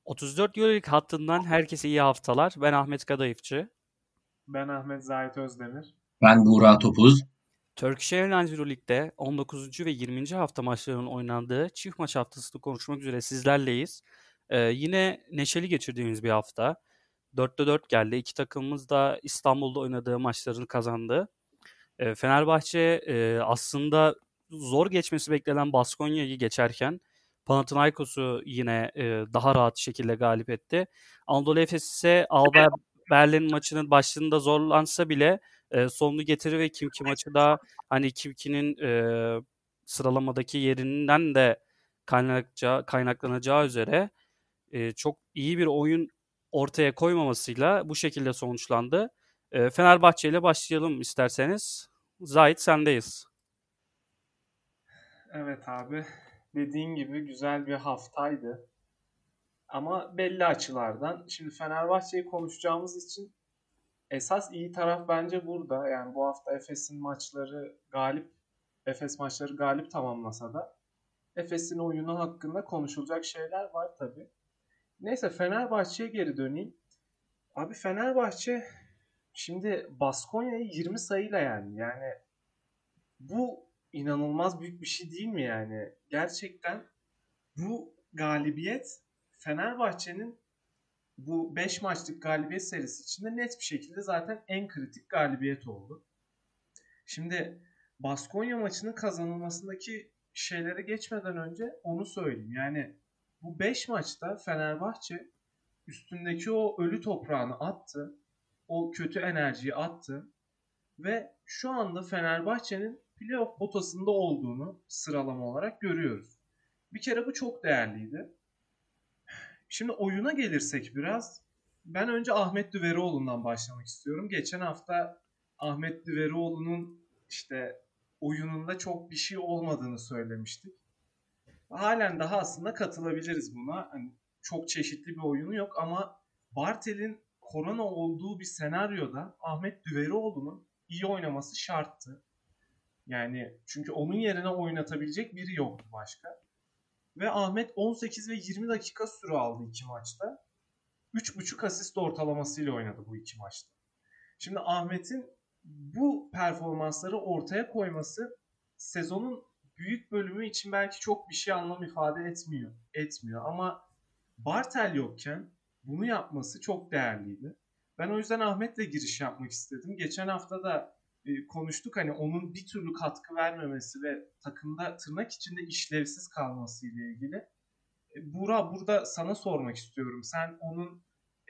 34 Euroleague hattından herkese iyi haftalar. Ben Ahmet Kadayıfçı. Ben Ahmet Zahit Özdemir. Ben Buğra Topuz. Turkish Airlines Euroleague'de 19. ve 20. hafta maçlarının oynandığı çift maç haftasını konuşmak üzere sizlerleyiz. Yine neşeli geçirdiğimiz bir hafta. 4'te 4 geldi. İki takımımız da İstanbul'da oynadığı maçlarını kazandı. Fenerbahçe aslında zor geçmesi beklenen Baskonya'yı geçerken Panathinaikos'u yine daha rahat şekilde galip etti. Anadolu Efes ise Alba Berlin maçının başında zorlansa bile sonunu getirir ve Kimki maçı da hani Kimki'nin sıralamadaki yerinden de kaynaklanacağı üzere çok iyi bir oyun ortaya koymamasıyla bu şekilde sonuçlandı. Fenerbahçe ile başlayalım isterseniz. Zahit sendeyiz. Evet abi, dediğin gibi güzel bir haftaydı. Ama belli açılardan. Şimdi Fenerbahçe'yi konuşacağımız için esas iyi taraf bence burada. Yani bu hafta Efes maçları galip tamamlasa da Efes'in oyunu hakkında konuşulacak şeyler var tabii. Neyse Fenerbahçe'ye geri döneyim. Abi Fenerbahçe şimdi Baskonya'yı 20 sayıyla yendi. Yani bu inanılmaz büyük bir şey değil mi yani? Gerçekten bu galibiyet Fenerbahçe'nin bu 5 maçlık galibiyet serisi içinde net bir şekilde zaten en kritik galibiyet oldu. Şimdi Baskonya maçının kazanılmasındaki şeylere geçmeden önce onu söyleyeyim. Yani bu 5 maçta Fenerbahçe üstündeki o ölü toprağını attı. O kötü enerjiyi attı. Ve şu anda Fenerbahçe'nin playoff potasında olduğunu sıralama olarak görüyoruz. Bir kere bu çok değerliydi. Şimdi oyuna gelirsek biraz. Ben önce Ahmet Düverioğlu'ndan başlamak istiyorum. Geçen hafta Ahmet Düverioğlu'nun işte oyununda çok bir şey olmadığını söylemiştik. Halen daha aslında katılabiliriz buna. Hani çok çeşitli bir oyunu yok ama Bartel'in korona olduğu bir senaryoda Ahmet Düverioğlu'nun iyi oynaması şarttı. Yani çünkü onun yerine oynatabilecek biri yoktu başka. Ve Ahmet 18 ve 20 dakika süre aldı iki maçta. 3,5 asist ortalamasıyla oynadı bu iki maçta. Şimdi Ahmet'in bu performansları ortaya koyması sezonun büyük bölümü için belki çok bir şey anlam ifade etmiyor. Ama Bartel yokken bunu yapması çok değerliydi. Ben o yüzden Ahmet'le giriş yapmak istedim. Geçen hafta da konuştuk, hani onun bir türlü katkı vermemesi ve takımda tırnak içinde işlevsiz kalması ile ilgili. Burak, burada sana sormak istiyorum. Sen onun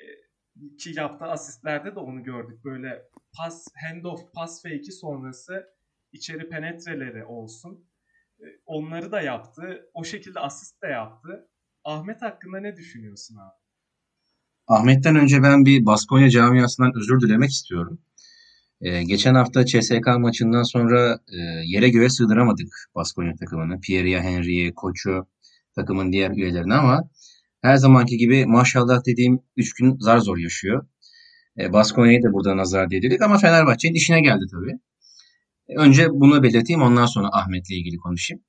ki yaptığı asistlerde de onu gördük. Böyle handoff, pas fake'i sonrası içeri penetreleri olsun. Onları da yaptı. O şekilde asist de yaptı. Ahmet hakkında ne düşünüyorsun abi? Ahmet'ten önce ben bir Baskonya camiasından özür dilemek istiyorum. Geçen hafta CSKA maçından sonra yere göğe sığdıramadık Baskonya takımını. Pierre'ye, Henry'ye, Koç'u, takımın diğer üyelerine ama her zamanki gibi maşallah dediğim 3 gün zar zor yaşıyor. Baskonya'yı da burada nazar değdirdik ama Fenerbahçe'nin işine geldi tabii. Önce bunu belirteyim, ondan sonra Ahmet'le ilgili konuşayım.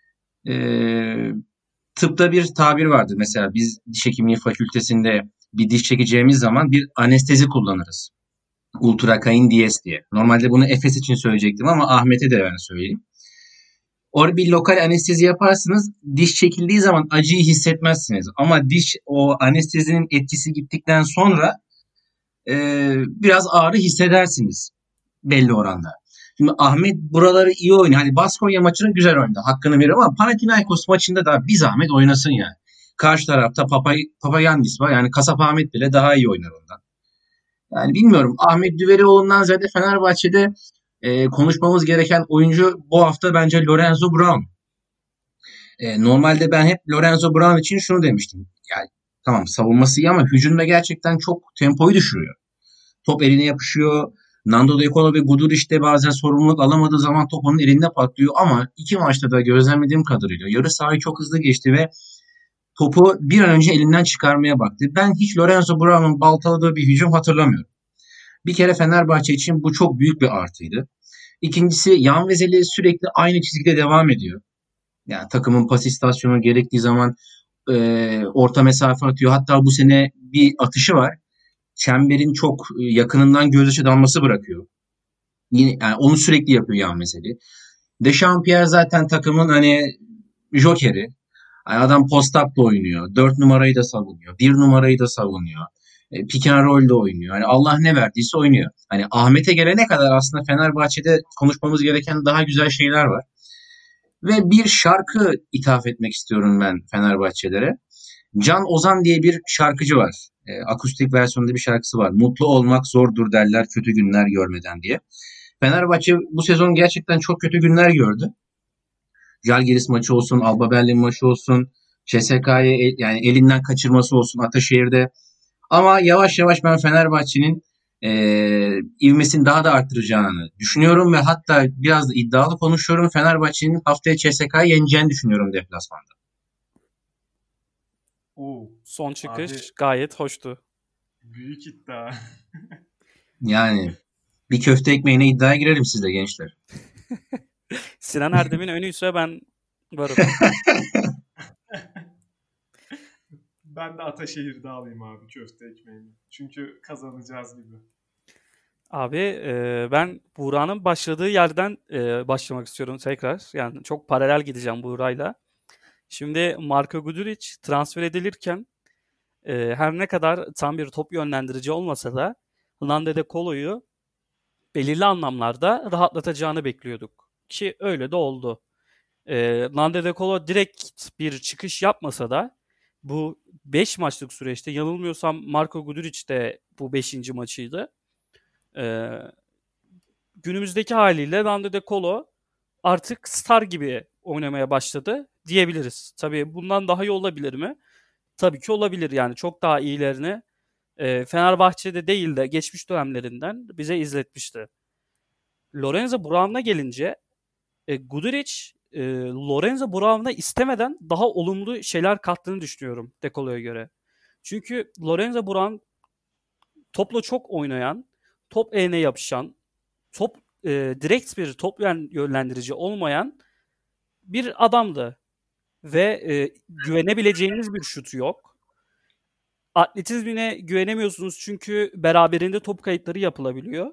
Ee, Tıpta bir tabir vardır. Mesela biz diş hekimliği fakültesinde bir diş çekeceğimiz zaman bir anestezi kullanırız. Ultrakain diyez diye. Normalde bunu Efes için söyleyecektim ama Ahmet'e de ben söyleyeyim. Orada bir lokal anestezi yaparsınız. Diş çekildiği zaman acıyı hissetmezsiniz. Ama diş o anestezinin etkisi gittikten sonra biraz ağrı hissedersiniz belli oranda. Şimdi Ahmet buraları iyi oynuyor. Hani Baskonya maçını güzel oynadı. Hakkını veriyorum ama Panathinaikos maçında da bir zahmet oynasın yani. Karşı tarafta Papayannis var. Yani Kasap Ahmet bile daha iyi oynar ondan. Yani bilmiyorum. Ahmet Düverioğlu'ndan ziyade Fenerbahçe'de konuşmamız gereken oyuncu bu hafta bence Lorenzo Brown. Normalde ben hep Lorenzo Brown için şunu demiştim. Yani tamam, savunması iyi ama hücumda gerçekten çok tempoyu düşürüyor. Top eline yapışıyor. Nando De Colo ve Guduric de bazen sorumluluk alamadığı zaman top onun elinde patlıyor ama iki maçta da gözlemlediğim kadarıyla yarı sahayı çok hızlı geçti ve topu bir an önce elinden çıkarmaya baktı. Ben hiç Lorenzo Brown'un baltaladığı bir hücum hatırlamıyorum. Bir kere Fenerbahçe için bu çok büyük bir artıydı. İkincisi, Yan Vezeli sürekli aynı çizgide devam ediyor. Yani takımın pas istasyonu gerektiği zaman orta mesafe atıyor. Hatta bu sene bir atışı var. Çemberin çok yakınından gözyaşı damlası bırakıyor. Yine, yani onu sürekli yapıyor yan meseli. Dechampierre zaten takımın hani jokeri. Yani adam post-up da oynuyor. 4 numarayı da savunuyor. Bir numarayı da savunuyor. Pick and roll de oynuyor. Hani Allah ne verdiyse oynuyor. Hani Ahmet'e gelene kadar aslında Fenerbahçe'de konuşmamız gereken daha güzel şeyler var. Ve bir şarkı ithaf etmek istiyorum ben Fenerbahçelere. Can Ozan diye bir şarkıcı var. Akustik versiyonda bir şarkısı var. Mutlu olmak zordur derler kötü günler görmeden diye. Fenerbahçe bu sezon gerçekten çok kötü günler gördü. Žalgiris maçı olsun, Alba Berlin maçı olsun, CSK'yı yani elinden kaçırması olsun Ataşehir'de. Ama yavaş yavaş ben Fenerbahçe'nin ivmesini daha da arttıracağını düşünüyorum ve hatta biraz da iddialı konuşuyorum. Fenerbahçe'nin haftaya CSK'yı yeneceğini düşünüyorum deplasmanda. Oo, Son abi çıkış gayet hoştu. büyük iddia. Yani bir köfte ekmeğine iddiaya girelim sizle gençler. Sinan Erdem'in önüyse ben varım. Ben de Ataşehir'de alayım abi köfte ekmeğini. Çünkü kazanacağız gibi. Abi ben Buğra'nın başladığı yerden başlamak istiyorum tekrar. Yani çok paralel gideceğim Buğra'yla. Şimdi Marko Guduric transfer edilirken her ne kadar tam bir top yönlendirici olmasa da Nande de Colo'yu belirli anlamlarda rahatlatacağını bekliyorduk. Ki öyle de oldu. Nande de Colo direkt bir çıkış yapmasa da bu 5 maçlık süreçte yanılmıyorsam Marko Guduric de bu 5. maçıydı. Ee, Günümüzdeki haliyle Nande de Colo artık star gibi oynamaya başladı diyebiliriz. Tabii bundan daha iyi olabilir mi? Tabii ki olabilir yani çok daha iyilerini Fenerbahçe'de değil de geçmiş dönemlerinden bize izletmişti. Lorenzo Brown'a gelince Guduric Lorenzo Brown'a istemeden daha olumlu şeyler kattığını düşünüyorum De Colo'ya göre. Çünkü Lorenzo Brown topla çok oynayan, top eline yapışan, top direkt bir top yönlendirici olmayan bir adamdı. Ve güvenebileceğiniz bir şutu yok. Atletizmine güvenemiyorsunuz çünkü beraberinde top kayıpları yapılabiliyor.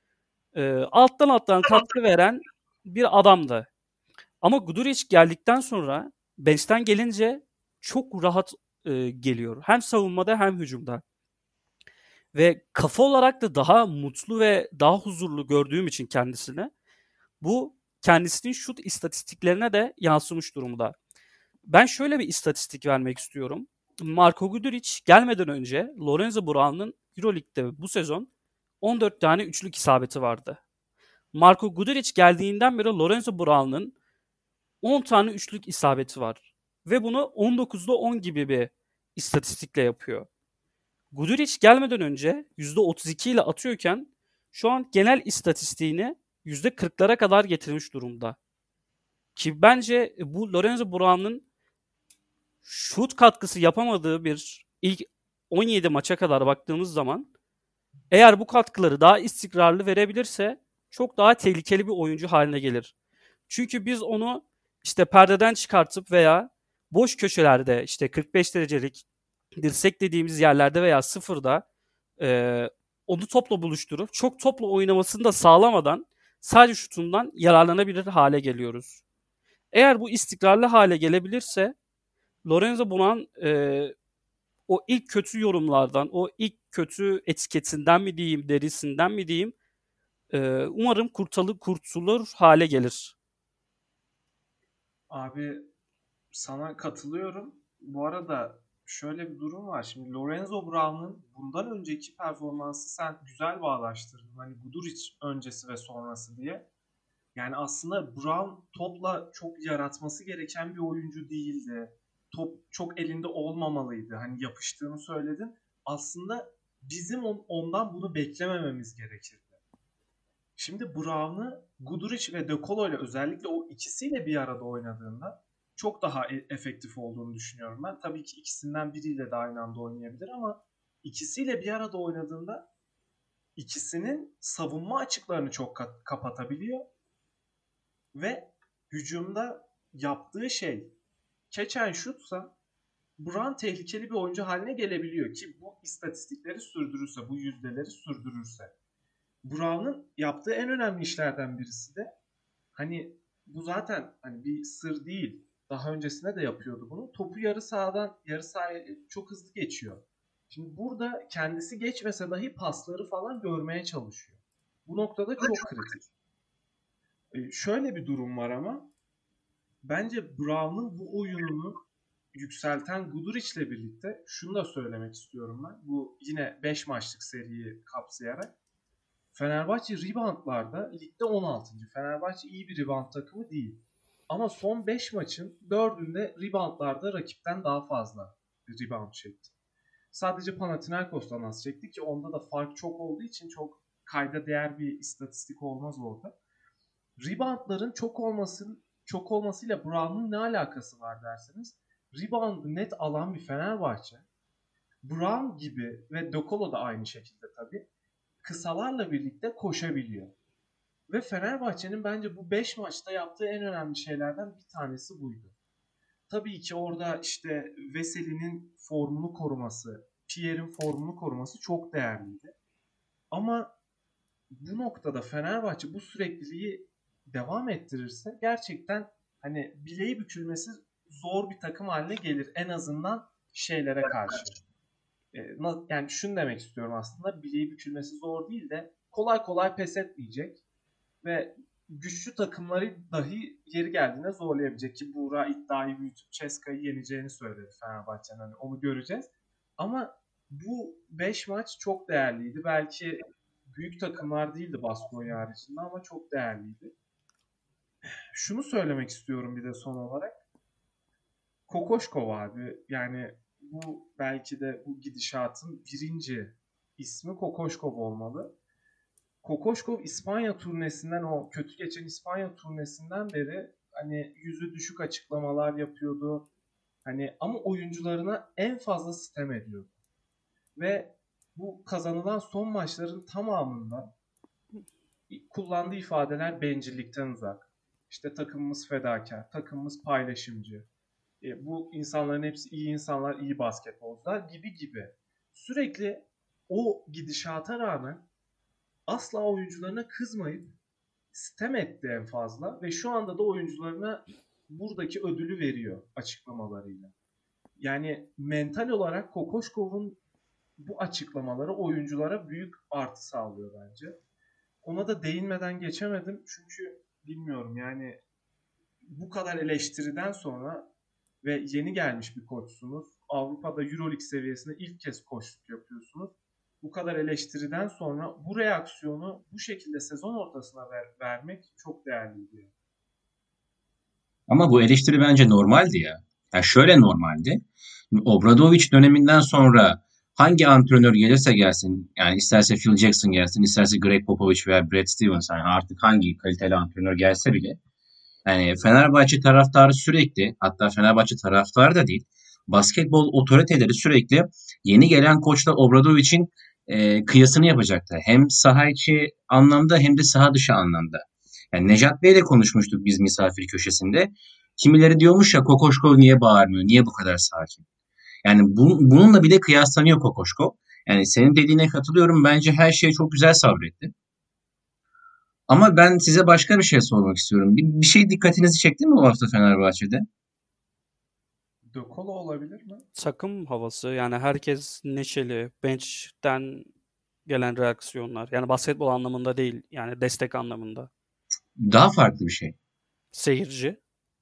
Alttan katkı veren bir adamdı. Ama Guduric geldikten sonra bench'ten gelince çok rahat geliyor. Hem savunmada hem hücumda. Ve kafa olarak da daha mutlu ve daha huzurlu gördüğüm için kendisini bu kendisinin şut istatistiklerine de yansımış durumda. Ben şöyle bir istatistik vermek istiyorum. Marko Guduric gelmeden önce Lorenzo Brown'un Euroleague'de bu sezon 14 tane üçlük isabeti vardı. Marko Guduric geldiğinden beri Lorenzo Brown'un 10 tane üçlük isabeti var. Ve bunu 19'da 10 gibi bir istatistikle yapıyor. Guduric gelmeden önce %32 ile atıyorken şu an genel istatistiğini %40'lara kadar getirmiş durumda. Ki bence bu Lorenzo Brown'un şut katkısı yapamadığı bir ilk 17 maça kadar baktığımız zaman eğer bu katkıları daha istikrarlı verebilirse çok daha tehlikeli bir oyuncu haline gelir. Çünkü biz onu işte perdeden çıkartıp veya boş köşelerde işte 45 derecelik dirsek dediğimiz yerlerde veya sıfırda onu topla buluşturup çok topla oynamasını da sağlamadan sadece şutundan yararlanabilir hale geliyoruz. Eğer bu istikrarlı hale gelebilirse Lorenzo Brown o ilk kötü yorumlardan, o ilk kötü etiketinden mi diyeyim, derisinden mi diyeyim, umarım kurtulur hale gelir. Abi sana katılıyorum. Bu arada şöyle bir durum var. Şimdi Lorenzo Brown'un bundan önceki performansı sen güzel bağdaştırdın. Hani Guduric öncesi ve sonrası diye. Yani aslında Brown topla çok yaratması gereken bir oyuncu değildi. Top çok elinde olmamalıydı. Hani yapıştığını söyledin. Aslında bizim ondan bunu beklemememiz gerekirdi. Şimdi Brown'u Guduric ve De Colo ile özellikle o ikisiyle bir arada oynadığında çok daha efektif olduğunu düşünüyorum ben. Tabii ki ikisinden biriyle de aynı anda oynayabilir ama ikisiyle bir arada oynadığında ikisinin savunma açıklarını çok kapatabiliyor ve hücumda yaptığı şey catch and shoot'sa Brown tehlikeli bir oyuncu haline gelebiliyor ki bu istatistikleri sürdürürse, bu yüzdeleri sürdürürse. Brown'un yaptığı en önemli işlerden birisi de hani bu zaten hani bir sır değil. Daha öncesinde de yapıyordu bunu. Topu yarı sahaya çok hızlı geçiyor. Şimdi burada kendisi geçmese dahi pasları falan görmeye çalışıyor. Bu noktada çok kritik. Şöyle bir durum var ama bence Brown'un bu oyununu yükselten Guduric'le birlikte şunu da söylemek istiyorum ben. Bu yine 5 maçlık seriyi kapsayarak. Fenerbahçe reboundlarda ligde 16. Fenerbahçe iyi bir rebound takımı değil. Ama son 5 maçın 4'ünde reboundlarda rakipten daha fazla rebound çekti. Sadece Panathinaikos'tan az çekti ki onda da fark çok olduğu için çok kayda değer bir istatistik olmaz orada. Reboundların çok olmasıyla Brown'un ne alakası var derseniz, rebound'u net alan bir Fenerbahçe, Brown gibi ve De Colo da aynı şekilde tabii kısalarla birlikte koşabiliyor. Ve Fenerbahçe'nin bence bu 5 maçta yaptığı en önemli şeylerden bir tanesi buydu. Tabii ki orada işte Veseli'nin formunu koruması, Pierre'in formunu koruması çok değerliydi. Ama bu noktada Fenerbahçe bu sürekliliği devam ettirirse gerçekten hani bileği bükülmesi zor bir takım haline gelir. En azından şeylere karşı. Yani şunu demek istiyorum aslında. Bileği bükülmesi zor değil de kolay kolay pes etmeyecek ve güçlü takımları dahi yeri geldiğinde zorlayabilecek ki Buğra iddiayı büyütüp Ceska'yı yeneceğini söyledi Fenerbahçe'nin. Hani onu göreceğiz. Ama bu 5 maç çok değerliydi. Belki büyük takımlar değildi Baskonya haricinde ama çok değerliydi. Şunu söylemek istiyorum bir de son olarak. Kokoşkov abi, yani bu belki de bu gidişatın birinci ismi Kokoşkov olmalı. Kokoşkov İspanya turnesinden, o kötü geçen İspanya turnesinden beri hani yüzü düşük açıklamalar yapıyordu. Hani ama oyuncularına en fazla sitem ediyordu. Ve bu kazanılan son maçların tamamında kullandığı ifadeler bencillikten uzak. İşte takımımız fedakar, takımımız paylaşımcı. Bu insanların hepsi iyi insanlar, iyi basketbolcular gibi. Sürekli o gidişata rağmen asla oyuncularına kızmayıp sitem etti en fazla ve şu anda da oyuncularına buradaki ödülü veriyor açıklamalarıyla. Yani mental olarak Kokoşkov'un bu açıklamaları oyunculara büyük artı sağlıyor bence. Ona da değinmeden geçemedim çünkü bilmiyorum yani bu kadar eleştiriden sonra ve yeni gelmiş bir koçsunuz. Avrupa'da EuroLeague seviyesinde ilk kez koçluk yapıyorsunuz. Bu kadar eleştiriden sonra bu reaksiyonu bu şekilde sezon ortasına vermek çok değerliydi. Ama bu eleştiri bence normaldi ya. Yani şöyle normaldi. Obradovic döneminden sonra hangi antrenör gelirse gelsin, yani isterse Phil Jackson gelsin, isterse Greg Popovich veya Brad Stevens, yani artık hangi kaliteli antrenör gelse bile, yani Fenerbahçe taraftarı sürekli, hatta Fenerbahçe taraftarı da değil, basketbol otoriteleri sürekli yeni gelen koçla Obradovic'in kıyasını yapacaktı. Hem saha içi anlamda hem de saha dışı anlamda. Yani Nejat Bey'le konuşmuştuk biz misafir köşesinde. Kimileri diyormuş ya, Kokoşkov niye bağırmıyor, niye bu kadar sakin? Yani bununla bile kıyaslanıyor Kokoşkov. Yani senin dediğine katılıyorum. Bence her şeye çok güzel sabretti. Ama ben size başka bir şey sormak istiyorum. Bir şey dikkatinizi çekti mi bu hafta Fenerbahçe'de? De Colo olabilir mi? Takım havası, yani herkes neşeli, bench'ten gelen reaksiyonlar. Yani basketbol anlamında değil, yani destek anlamında. Daha farklı bir şey. Seyirci.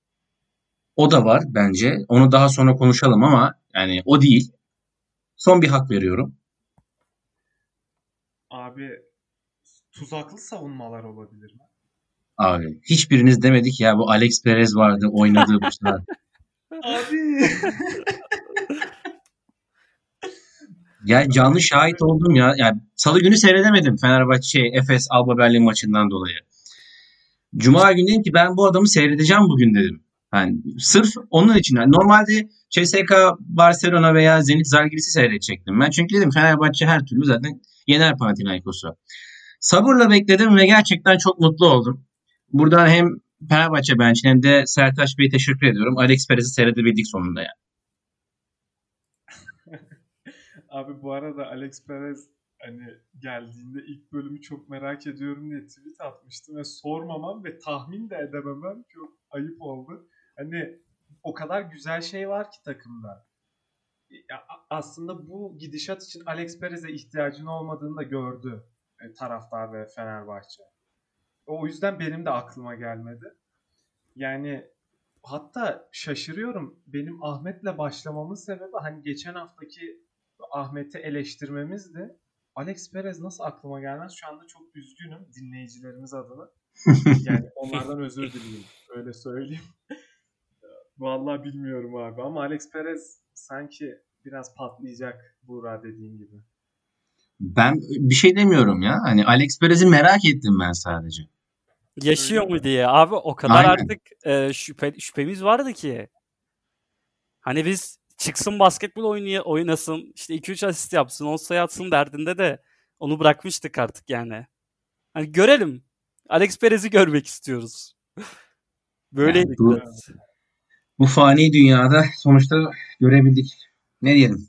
O da var bence. Onu daha sonra konuşalım ama yani o değil. Son bir hak veriyorum. Abi tuzaklı savunmalar olabilir mi? Abi hiçbiriniz demedik ya, bu Alex Perez vardı oynadığı bu sıra. Abi. Ya canlı şahit oldum ya. Yani Salı günü seyredemedim Fenerbahçe Efes Alba Berlin maçından dolayı. Cuma günü dedim ki ben bu adamı seyredeceğim bugün dedim. Yani sırf onun için. Yani normalde CSKA Barcelona veya Zenit Zalgiris'i seyredecektim ben. Çünkü dedim Fenerbahçe her türlü zaten yener Panathinaikos'u. Sabırla bekledim ve gerçekten çok mutlu oldum. Buradan hem Fenerbahçe bench'ine hem de Sertaç Bey'e teşekkür ediyorum. Alex Perez'i seyredebildik sonunda ya. Abi bu arada Alex Perez hani geldiğinde ilk bölümü çok merak ediyorum diye tweet atmıştım ve sormamam ve tahmin de edememem çok ayıp oldu. Hani o kadar güzel şey var ki takımda. Aslında bu gidişat için Alex Perez'e ihtiyacın olmadığını da gördü taraftar ve Fenerbahçe. O yüzden benim de aklıma gelmedi. Yani hatta şaşırıyorum. Benim Ahmet'le başlamamın sebebi hani geçen haftaki Ahmet'i eleştirmemizdi. Alex Perez nasıl aklıma gelmez? Şu anda çok üzgünüm dinleyicilerimiz adına. Yani onlardan özür dileyim. Öyle söyleyeyim. Vallahi bilmiyorum abi ama Alex Perez sanki biraz patlayacak Buğra dediğin gibi. Ben bir şey demiyorum ya. Hani Alex Perez'i merak ettim ben sadece. Yaşıyor Öyle mu mi? diye. Abi o kadar Aynen. artık şüphemiz vardı ki. Hani biz çıksın basketbol oynasın, işte 2-3 asist yapsın, 10 sayı atsın derdinde de onu bırakmıştık artık yani. Hani görelim. Alex Perez'i görmek istiyoruz. Yani Böyleydik bu biraz. bu fani dünyada sonuçta görebildik. Ne diyelim?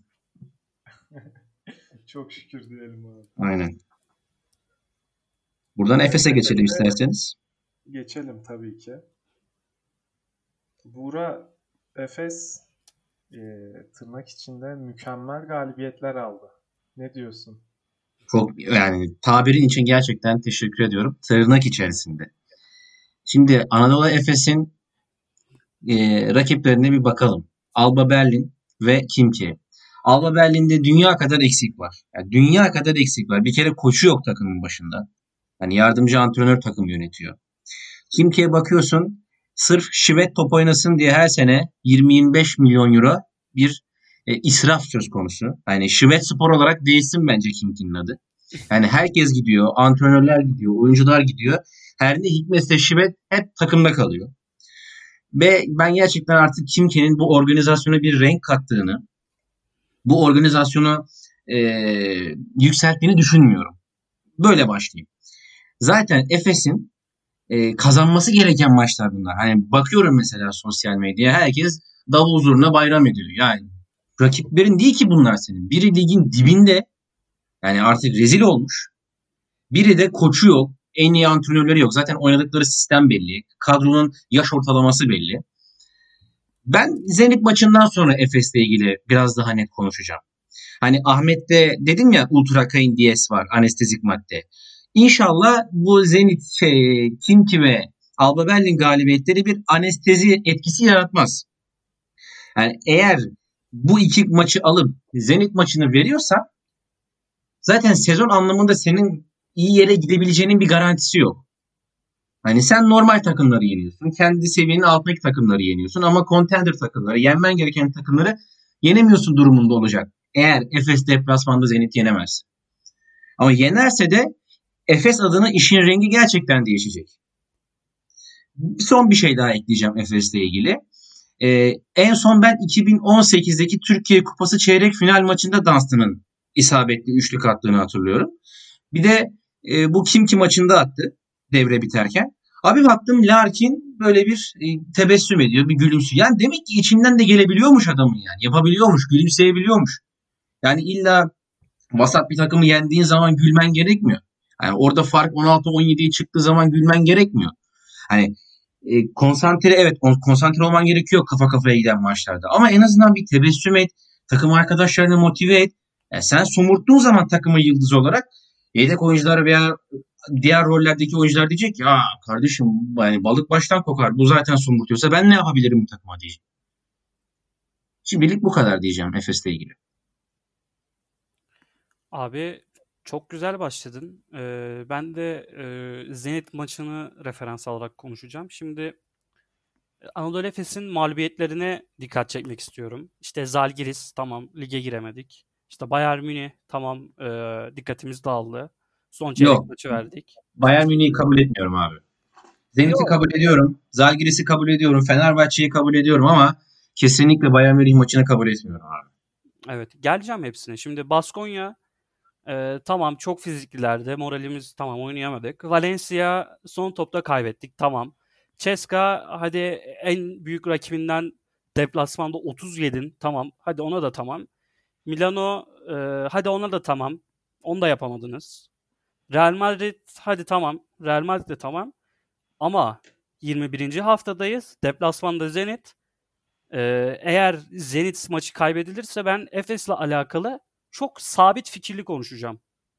Çok şükür diyelim abi. Aynen. Buradan Evet, Efes'e geçelim Efes'e isterseniz. geçelim tabii ki. Buğra, Efes tırnak içinde mükemmel galibiyetler aldı. Ne diyorsun? Çok yani tabirin için gerçekten teşekkür ediyorum. Tırnak içerisinde. Şimdi Anadolu Efes'in rakiplerine bir bakalım. Alba Berlin ve Kimki. Alba Berlin'de dünya kadar eksik var. Yani dünya kadar eksik var. Bir kere koçu yok takımın başında. Hani yardımcı antrenör takım yönetiyor. Kimki'ye bakıyorsun sırf şivet top oynasın diye her sene 20-25 milyon euro bir israf söz konusu. Yani şivet spor olarak değilsin bence Kimki'nin adı. Yani herkes gidiyor, antrenörler gidiyor, oyuncular gidiyor. Her ne hikmetse şivet hep takımda kalıyor. Ve ben gerçekten artık Kimke'nin bu organizasyona bir renk kattığını, bu organizasyonu e, yükselttiğini düşünmüyorum. Böyle başlayayım. Zaten Efes'in kazanması gereken maçlar bunlar. Hani bakıyorum mesela sosyal medyaya herkes davul zurna bayram ediyor. Yani rakiplerin değil ki bunlar senin. Biri ligin dibinde yani artık rezil olmuş. Biri de koçu yok. En iyi antrenörleri yok. Zaten oynadıkları sistem belli. Kadronun yaş ortalaması belli. Ben Zenit maçından sonra Efes'le ilgili biraz daha net konuşacağım. Hani Ahmet'te dedim ya ultrakain DS var anestezik madde. İnşallah bu Zenit Kimki ve Alba Berlin galibiyetleri bir anestezi etkisi yaratmaz. Yani eğer bu iki maçı alıp Zenit maçını veriyorsa zaten sezon anlamında senin iyi yere gidebileceğinin bir garantisi yok. Hani sen normal takımları yeniyorsun. Kendi seviyenin altındaki takımları yeniyorsun. Ama contender takımları, yenmen gereken takımları yenemiyorsun durumunda olacak. Eğer Efes deplasmanda Zenit yenemezse. Ama yenerse de Efes adına işin rengi gerçekten değişecek. Son bir şey daha ekleyeceğim Efes'le ilgili. En son ben 2018'deki Türkiye Kupası çeyrek final maçında Dunstan'ın isabetli üçlük attığını hatırlıyorum. Bir de bu Kimki maçında attı devre biterken. Abi baktım Larkin böyle bir tebessüm ediyor, bir gülümsüyor. Yani demek ki içinden de gelebiliyormuş adamın yani. Yapabiliyormuş, gülümseyebiliyormuş. Yani illa vasat bir takımı yendiğin zaman gülmen gerekmiyor. Yani orada fark 16-17'ye çıktığı zaman gülmen gerekmiyor. Hani konsantre evet konsantre olman gerekiyor kafa kafaya giden maçlarda. Ama en azından bir tebessüm et. Takım arkadaşlarını motive et. Yani sen somurttuğun zaman takımın yıldızı olarak yedek oyuncular veya diğer rollerdeki oyuncular diyecek ki kardeşim yani balık baştan kokar. Bu zaten somurtuyorsa ben ne yapabilirim bu takıma diyecek. Şimdilik bu kadar diyeceğim Efes'le ilgili. Abi çok güzel başladın. Ben de Zenit maçını referans alarak konuşacağım. Şimdi Anadolu Efes'in mağlubiyetlerine dikkat çekmek istiyorum. İşte Zalgiris tamam lige giremedik. İşte Bayern Münih tamam dikkatimiz dağıldı. Son çeyrek Yok. maçı verdik. Bayern Münih'i kabul etmiyorum abi. Zenit'i Yok. kabul ediyorum. Zalgiris'i kabul ediyorum. Fenerbahçe'yi kabul ediyorum ama kesinlikle Bayern Münih maçını kabul etmiyorum abi. Evet geleceğim hepsine. Şimdi Baskonya tamam çok fiziklilerdi. Moralimiz tamam oynayamadık. Valencia son topta kaybettik tamam. Ceska hadi en büyük rakibinden deplasmanda 30 yedin tamam. Hadi ona da tamam. Milano, hadi ona da tamam. Onu da yapamadınız. Real Madrid, hadi tamam. Real Madrid de tamam. Ama 21. haftadayız. Deplasmanda Zenit. Eğer Zenit maçı kaybedilirse ben Efes'le alakalı çok sabit fikirli konuşacağım.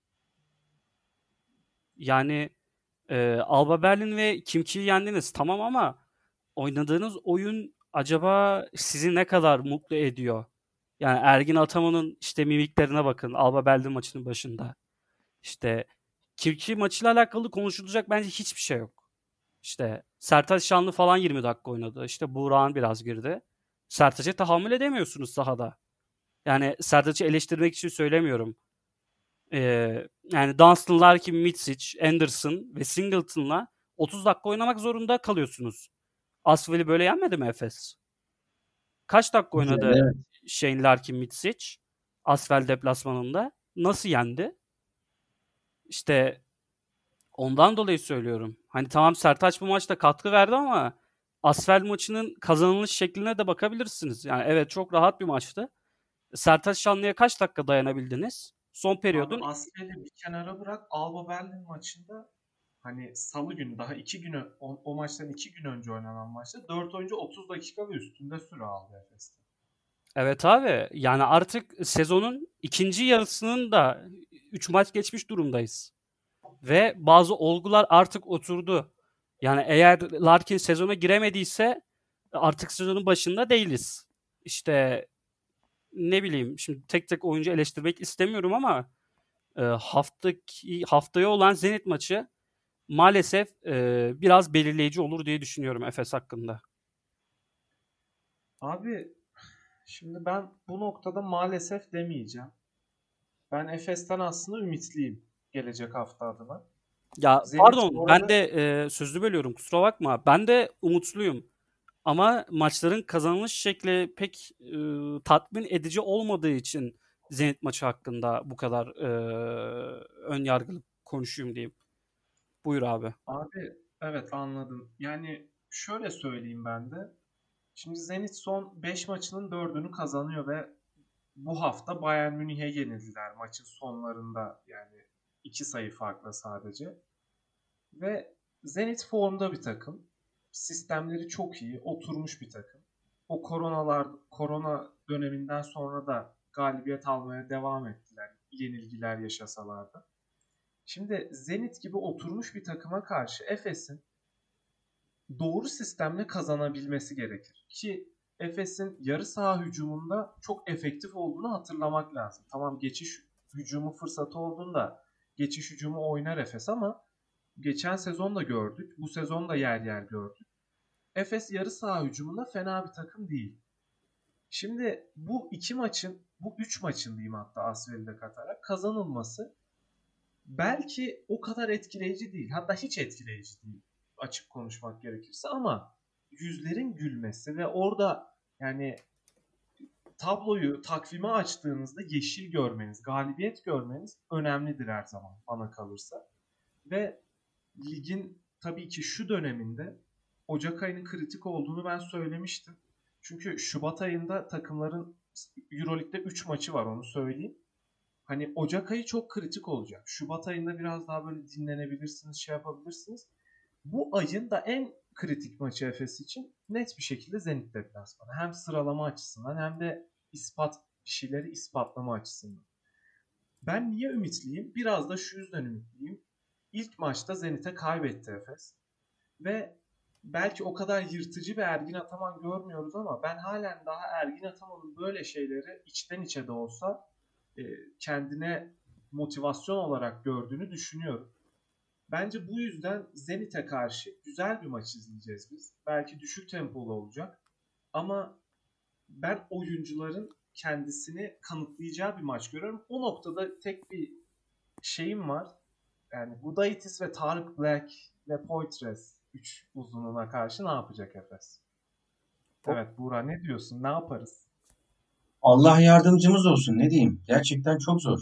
Yani Alba Berlin ve Kimki'yi yendiniz tamam ama oynadığınız oyun acaba sizi ne kadar mutlu ediyor? Yani Ergin Ataman'ın işte mimiklerine bakın Alba Berlin maçının başında. İşte Kimki maçıyla alakalı konuşulacak bence hiçbir şey yok. İşte Sertaç Şanlı falan 20 dakika oynadı. İşte Burak'ın biraz girdi. Sertaç'a tahammül edemiyorsunuz sahada. Yani Sertaç'ı eleştirmek için söylemiyorum. Yani Dunstan, Larkin, Mitsic, Anderson ve Singleton'la 30 dakika oynamak zorunda kalıyorsunuz. Asvel'i böyle yenmedi mi Efes? Kaç dakika oynadı Evet. Shane Larkin, Mitsic? Asvel deplasmanında. Nasıl yendi? İşte ondan dolayı söylüyorum. Hani tamam Sertaç bu maçta katkı verdi ama Asvel maçının kazanılış şekline de bakabilirsiniz. Yani evet çok rahat bir maçtı. Sertaç Şanlı'ya kaç dakika dayanabildiniz? Son Abi periyodun Asfel'i bir kenara bırak. Alba Berlin maçında hani salı günü daha 2 gün o maçtan 2 gün önce oynanan maçta 4 oyuncu 30 dakika ve üstünde süre aldı Efes'te. evet abi yani artık sezonun ikinci yarısının da 3 maç geçmiş durumdayız. Ve bazı olgular artık oturdu. Yani eğer Larkin sezona giremediyse artık sezonun başında değiliz. İşte ne bileyim şimdi tek tek oyuncu eleştirmek istemiyorum ama haftaya olan Zenit maçı maalesef biraz belirleyici olur diye düşünüyorum Efes hakkında. Abi şimdi ben bu noktada maalesef demeyeceğim. Ben Efes'ten aslında ümitliyim gelecek hafta adına. Ya Zenit pardon bu ben arada de sözlü bölüyorum kusura bakma. Ben de umutluyum. Ama maçların kazanılış şekli pek tatmin edici olmadığı için Zenit maçı hakkında bu kadar ön yargılı konuşayım diyeyim. Buyur abi. abi evet anladım. Yani şöyle söyleyeyim ben de. Şimdi Zenit son 5 maçının 4'ünü kazanıyor ve bu hafta Bayern Münih'e yenildiler maçın sonlarında yani 2 sayı farkla sadece. Ve Zenit formda bir takım. Sistemleri çok iyi, oturmuş bir takım. O korona döneminden sonra da galibiyet almaya devam ettiler. Yenilgiler yaşasalar da. Şimdi Zenit gibi oturmuş bir takıma karşı Efes'in doğru sistemle kazanabilmesi gerekir. Ki Efes'in yarı saha hücumunda çok efektif olduğunu hatırlamak lazım. Tamam geçiş hücumu fırsatı olduğunda geçiş hücumu oynar Efes ama geçen sezon da gördük. Bu sezon da yer yer gördük. Efes yarı saha hücumunda fena bir takım değil. Şimdi bu 3 maçın diyeyim hatta Asvel'i de katarak kazanılması belki o kadar etkileyici değil. Hatta hiç etkileyici değil açık konuşmak gerekirse ama yüzlerin gülmesi ve orada yani tabloyu, takvimi açtığınızda yeşil görmeniz, galibiyet görmeniz önemlidir her zaman bana kalırsa. Ve ligin tabii ki şu döneminde Ocak ayının kritik olduğunu ben söylemiştim. Çünkü Şubat ayında takımların Euroleague'de 3 maçı var onu söyleyeyim. Hani Ocak ayı çok kritik olacak. Şubat ayında biraz daha böyle dinlenebilirsiniz, şey yapabilirsiniz. Bu ayın da en kritik maçı Efes için net bir şekilde Zenit deplasmanı. Hem sıralama açısından hem de bir şeyleri ispatlama açısından. Ben niye ümitliyim? Biraz da şu yüzden ümitliyim. İlk maçta Zenit'e kaybetti Efes. Ve belki o kadar yırtıcı bir Ergin Ataman görmüyoruz ama ben halen daha Ergin Ataman'ın böyle şeyleri içten içe de olsa e, kendine motivasyon olarak gördüğünü düşünüyorum. Bence bu yüzden Zenit'e karşı güzel bir maç izleyeceğiz biz. Belki düşük tempolu olacak ama ben oyuncuların kendisini kanıtlayacağı bir maç görüyorum. O noktada tek bir şeyim var. Yani Gudaitis ve Tarık Black ve Poitres 3 uzunluğuna karşı ne yapacak Efes? Evet Buğra ne diyorsun? Ne yaparız? Allah yardımcımız olsun ne diyeyim. Gerçekten çok zor.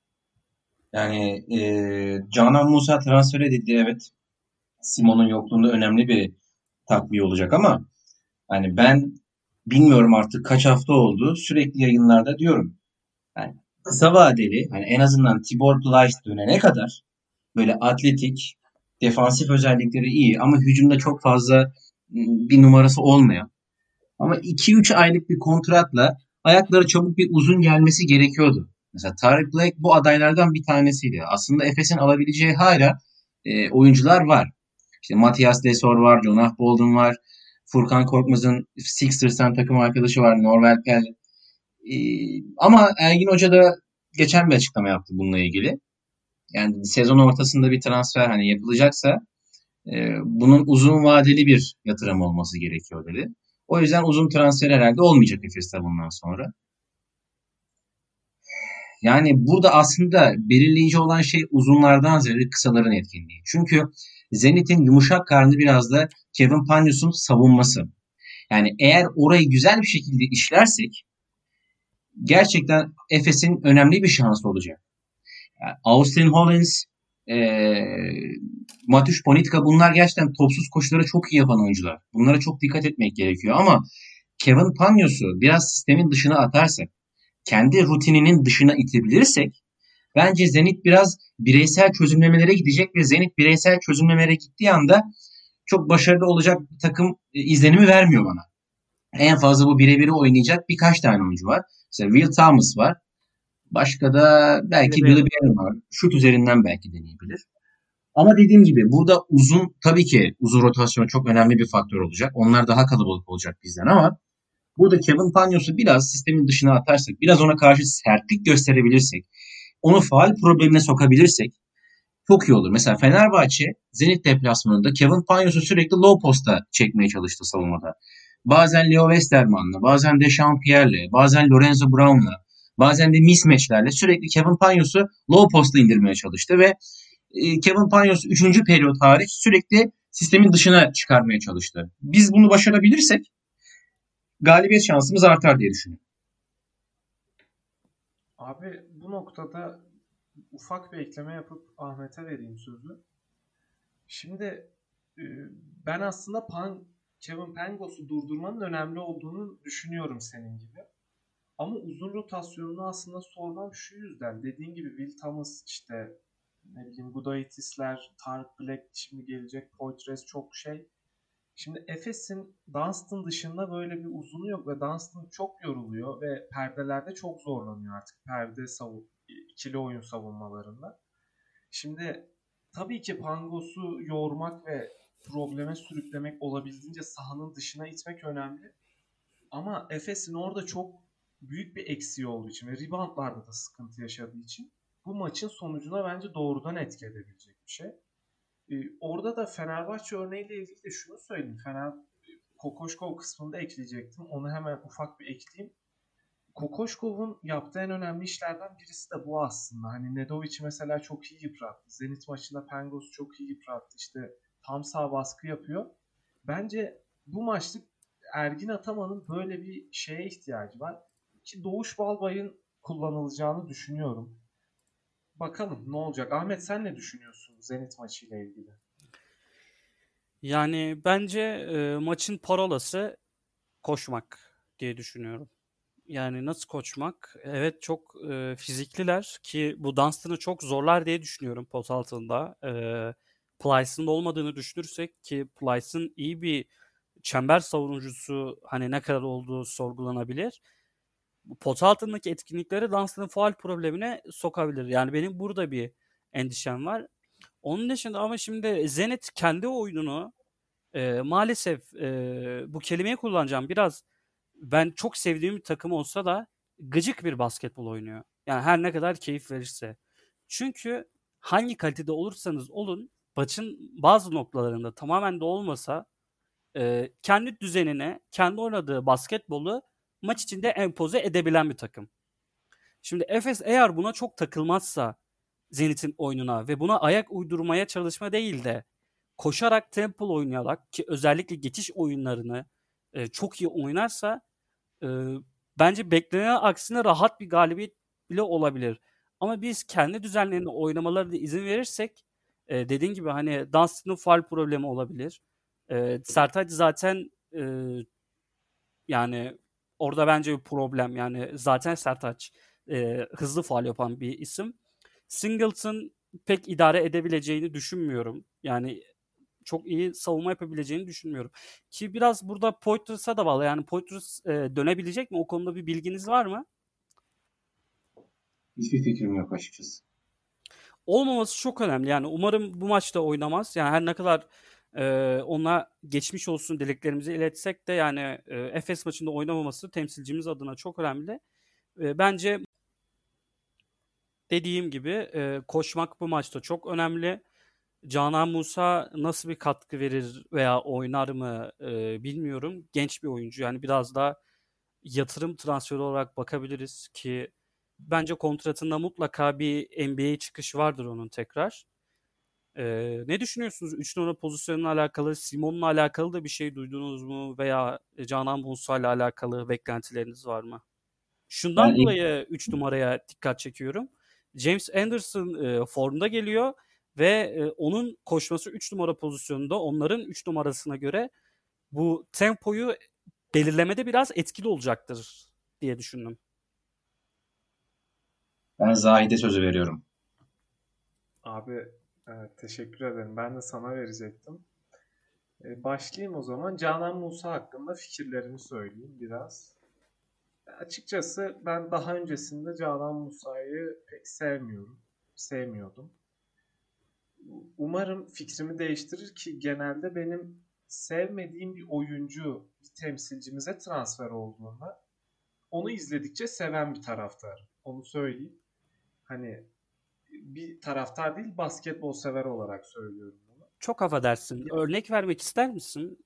Yani Canan Musa transfer edildi evet. Simon'un yokluğunda önemli bir takviye olacak ama hani ben bilmiyorum artık kaç hafta oldu. Sürekli yayınlarda diyorum. Yani kısa vadeli hani en azından Tibor Plyce dönene kadar böyle atletik, defansif özellikleri iyi ama hücumda çok fazla bir numarası olmayan. Ama 2-3 aylık bir kontratla ayakları çabuk bir uzun gelmesi gerekiyordu. Mesela Tarık Black bu adaylardan bir tanesiydi. Aslında Efes'in alabileceği hala oyuncular var. İşte Matthias Desor var, Jonah Bolden var. Furkan Korkmaz'ın Sixers'tan takım arkadaşı var, Norvel Pell. Ama Ergin Hoca da geçen bir açıklama yaptı bununla ilgili. Yani sezon ortasında bir transfer hani yapılacaksa bunun uzun vadeli bir yatırım olması gerekiyor dedi. O yüzden uzun transfer herhalde olmayacak Efes'te bundan sonra. Yani burada aslında belirleyici olan şey uzunlardan ziyade kısaların etkinliği. Çünkü Zenit'in yumuşak karnı biraz da Kevin Panius'un savunması. Yani eğer orayı güzel bir şekilde işlersek gerçekten Efes'in önemli bir şansı olacak. Yani Austin Hollins, Mateusz Ponitka bunlar gerçekten topsuz koşuları çok iyi yapan oyuncular. Bunlara çok dikkat etmek gerekiyor ama Kevin Panios'u biraz sistemin dışına atarsak, kendi rutininin dışına itebilirsek bence Zenit biraz bireysel çözümlemelere gidecek ve Zenit bireysel çözümlemelere gittiği anda çok başarılı olacak bir takım izlenimi vermiyor bana. En fazla bu birebiri oynayacak birkaç tane oyuncu var. Mesela Will Thomas var. Başka da belki Billy Barron var. Şut üzerinden belki deneyebilir. Ama dediğim gibi burada uzun tabii ki uzun rotasyon çok önemli bir faktör olacak. Onlar daha kalabalık olacak bizden ama burada Kevin Panios'u biraz sistemin dışına atarsak, biraz ona karşı sertlik gösterebilirsek, onu faal problemine sokabilirsek çok iyi olur. Mesela Fenerbahçe Zenit deplasmanında Kevin Panios'u sürekli low posta çekmeye çalıştı savunmada. Bazen Leo Westerman'la, bazen de Jean-Pierre'le, bazen Lorenzo Brown'la, bazen de mismatch'lerle sürekli Kevin Panios'u low posta indirmeye çalıştı ve Kevin Panios 3. periyot hariç sürekli sistemin dışına çıkarmaya çalıştı. Biz bunu başarabilirsek galibiyet şansımız artar diye düşünüyorum. Abi bu noktada ufak bir ekleme yapıp Ahmet'e vereyim sözü. Şimdi e, ben aslında Kevin Pangos'u durdurmanın önemli olduğunu düşünüyorum senin gibi. Ama uzun rotasyonunu aslında sormam şu yüzden. Dediğin gibi Will Thomas işte ne bileyim Gudaitisler, Tarık Black şimdi gelecek, Poitres çok şey. Şimdi Efes'in Dunstan dışında böyle bir uzunu yok ve Dunstan çok yoruluyor ve perdelerde çok zorlanıyor artık ikili oyun savunmalarında. Şimdi tabii ki Pangos'u yormak ve probleme sürüklemek olabildiğince sahanın dışına itmek önemli. Ama Efes'in orada çok büyük bir eksiği olduğu için ve reboundlarda da sıkıntı yaşadığı için bu maçın sonucuna bence doğrudan etki edebilecek bir şey. Orada da Fenerbahçe örneğiyle ilgili de şunu söyleyeyim. Kokoşkov kısmında ekleyecektim. Onu hemen ufak bir ekleyeyim. Kokoşkov'un yaptığı en önemli işlerden birisi de bu aslında. Hani Nedovic'i mesela çok iyi yıprattı. Zenit maçında Pangos'u çok iyi yıprattı. İşte tam sağ baskı yapıyor. Bence bu maçlık Ergin Ataman'ın böyle bir şeye ihtiyacı var. Ki Doğuş Balbay'ın kullanılacağını düşünüyorum. Bakalım ne olacak. Ahmet sen ne düşünüyorsun Zenit maçıyla ilgili? Yani bence maçın parolası koşmak diye düşünüyorum. Yani nasıl koşmak? Evet çok fizikliler ki bu Dunstan'ı çok zorlar diye düşünüyorum pot altında. Plyce'ın olmadığını düşünürsek ki Plyce'ın iyi bir çember savunucusu hani ne kadar olduğu sorgulanabilir. Bu pot altındaki etkinlikleri Dunstan'ın faul problemine sokabilir. Yani benim burada bir endişem var. Onun dışında ama şimdi Zenit kendi oyununu maalesef bu kelimeyi kullanacağım biraz ben çok sevdiğim bir takım olsa da gıcık bir basketbol oynuyor. Yani her ne kadar keyif verirse. Çünkü hangi kalitede olursanız olun maçın bazı noktalarında tamamen de olmasa kendi düzenine, kendi oynadığı basketbolu maç içinde empoze edebilen bir takım. Şimdi Efes eğer buna çok takılmazsa Zenit'in oyununa ve buna ayak uydurmaya çalışma değil de koşarak tempo oynayarak ki özellikle geçiş oyunlarını çok iyi oynarsa e, bence beklenen aksine rahat bir galibiyet bile olabilir. Ama biz kendi düzenlerine oynamalarına izin verirsek dediğin gibi hani Dunstan'ın faul problemi olabilir. Sertaç zaten yani orada bence bir problem. Yani zaten Sertaç hızlı faul yapan bir isim. Singleton pek idare edebileceğini düşünmüyorum. Yani çok iyi savunma yapabileceğini düşünmüyorum. Ki biraz burada Poitras'a da bağlı. Yani Poitras dönebilecek mi? O konuda bir bilginiz var mı? Hiçbir fikrim yok açıkçası. Olmaması çok önemli. Yani umarım bu maçta oynamaz. Yani her ne kadar ona geçmiş olsun dileklerimizi iletsek de yani Efes maçında oynamaması temsilcimiz adına çok önemli. Bence dediğim gibi koşmak bu maçta çok önemli. Canan Musa nasıl bir katkı verir veya oynar mı bilmiyorum. Genç bir oyuncu. Yani biraz daha yatırım transferi olarak bakabiliriz ki bence kontratında mutlaka bir NBA çıkışı vardır onun tekrar. Ne düşünüyorsunuz? 3 numara pozisyonuna alakalı, Simon'la alakalı da bir şey duydunuz mu? Veya Canan Musa'yla alakalı beklentileriniz var mı? Ben Şundan ilk dolayı 3 numaraya dikkat çekiyorum. James Anderson formda geliyor ve onun koşması 3 numara pozisyonunda onların 3 numarasına göre bu tempoyu belirlemede biraz etkili olacaktır diye düşündüm. ben Zahid'e sözü veriyorum. Abi teşekkür ederim. Ben de sana verecektim. Başlayayım o zaman. Canan Musa hakkında fikirlerimi söyleyeyim biraz. Açıkçası ben daha öncesinde Canan Musa'yı pek sevmiyordum. Umarım fikrimi değiştirir ki genelde benim sevmediğim bir oyuncu bir temsilcimize transfer olduğunda onu izledikçe seven bir taraftar. Onu söyleyeyim. Hani bir taraftar değil basketbol sever olarak söylüyorum bunu. Çok affedersin. Ya- Örnek vermek ister misin?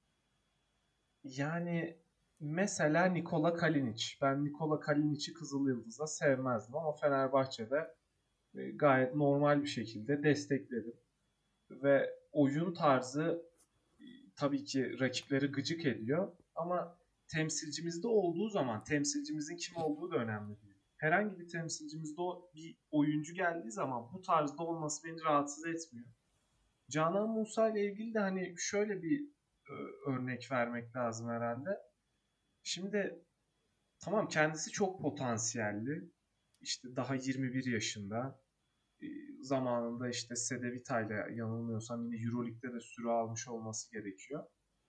Yani mesela Nikola Kalinic. Ben Nikola Kalinic'i Kızılyıldız'da sevmezdim ama Fenerbahçe'de gayet normal bir şekilde destekledim. Ve oyun tarzı tabii ki rakipleri gıcık ediyor ama temsilcimizde olduğu zaman temsilcimizin kim olduğu da önemli değil. Herhangi bir temsilcimizde bir oyuncu geldiği zaman bu tarzda olması beni rahatsız etmiyor. Canan Musa ile ilgili de hani şöyle bir örnek vermek lazım herhalde. Şimdi tamam kendisi çok potansiyelli. İşte daha 21 yaşında. E, Zamanında işte Cedevita ile yanılmıyorsam yine Euroleague'de de süre almış olması gerekiyor.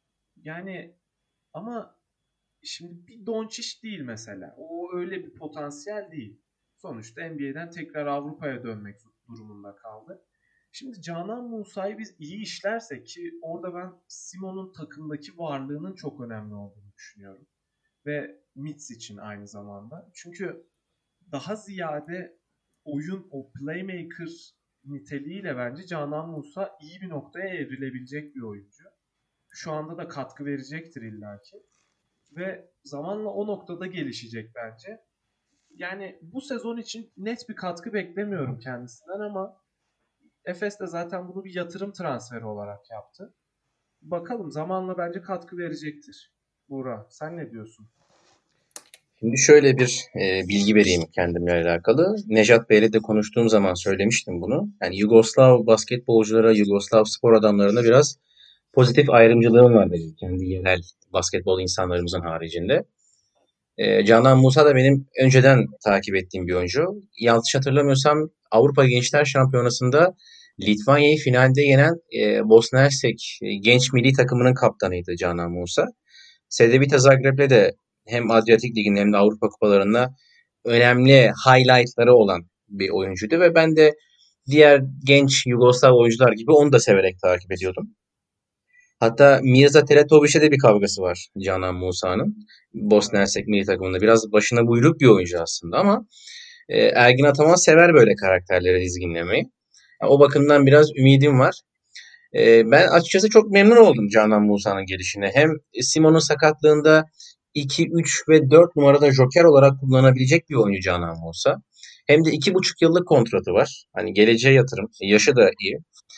Yani ama şimdi bir Doncic değil mesela. O öyle bir potansiyel değil. Sonuçta NBA'den tekrar Avrupa'ya dönmek durumunda kaldı. Şimdi Canan Musa'yı biz iyi işlersek ki orada ben Simon'un takımdaki varlığının çok önemli olduğunu düşünüyorum. Ve Mitz için aynı zamanda. Çünkü daha ziyade oyun o playmaker niteliğiyle bence Canan Musa iyi bir noktaya evrilebilecek bir oyuncu. Şu anda da katkı verecektir illaki. Ve zamanla o noktada gelişecek bence. Yani bu sezon için net bir katkı beklemiyorum kendisinden ama Efes de zaten bunu bir yatırım transferi olarak yaptı. Bakalım zamanla bence katkı verecektir. Buğra, sen ne diyorsun? Şimdi şöyle bir bilgi vereyim kendimle alakalı. Nejat Bey'le de konuştuğum zaman söylemiştim bunu. Yani Yugoslav basketbolculara, Yugoslav spor adamlarına biraz pozitif ayrımcılığım var benim. Kendi yerel basketbol insanlarımızın haricinde. Canan Musa da benim önceden takip ettiğim bir oyuncu. Yanlış hatırlamıyorsam Avrupa Gençler Şampiyonası'nda Litvanya'yı finalde yenen Bosna Hersek genç milli takımının kaptanıydı Canan Musa. Cedevita Zagreb'le de hem Adriyatik Ligi'nin hem de Avrupa Kupalarında önemli highlightları olan bir oyuncuydu ve ben de diğer genç Yugoslav oyuncular gibi onu da severek takip ediyordum. Hatta Mirza Teletovic'e de bir kavgası var Canan Musa'nın. Bosna Evet. Hersek milli takımında. Biraz başına buyruk bir oyuncu aslında ama Ergin Ataman sever böyle karakterleri dizginlemeyi. Yani o bakımdan biraz ümidim var. Ben açıkçası çok memnun oldum Canan Musa'nın gelişine. Hem Simon'un sakatlığında 2, 3 ve 4 numarada joker olarak kullanabilecek bir oyuncu Canan Musa. Hem de 2,5 yıllık kontratı var. Hani geleceğe yatırım. Yaşı da iyi.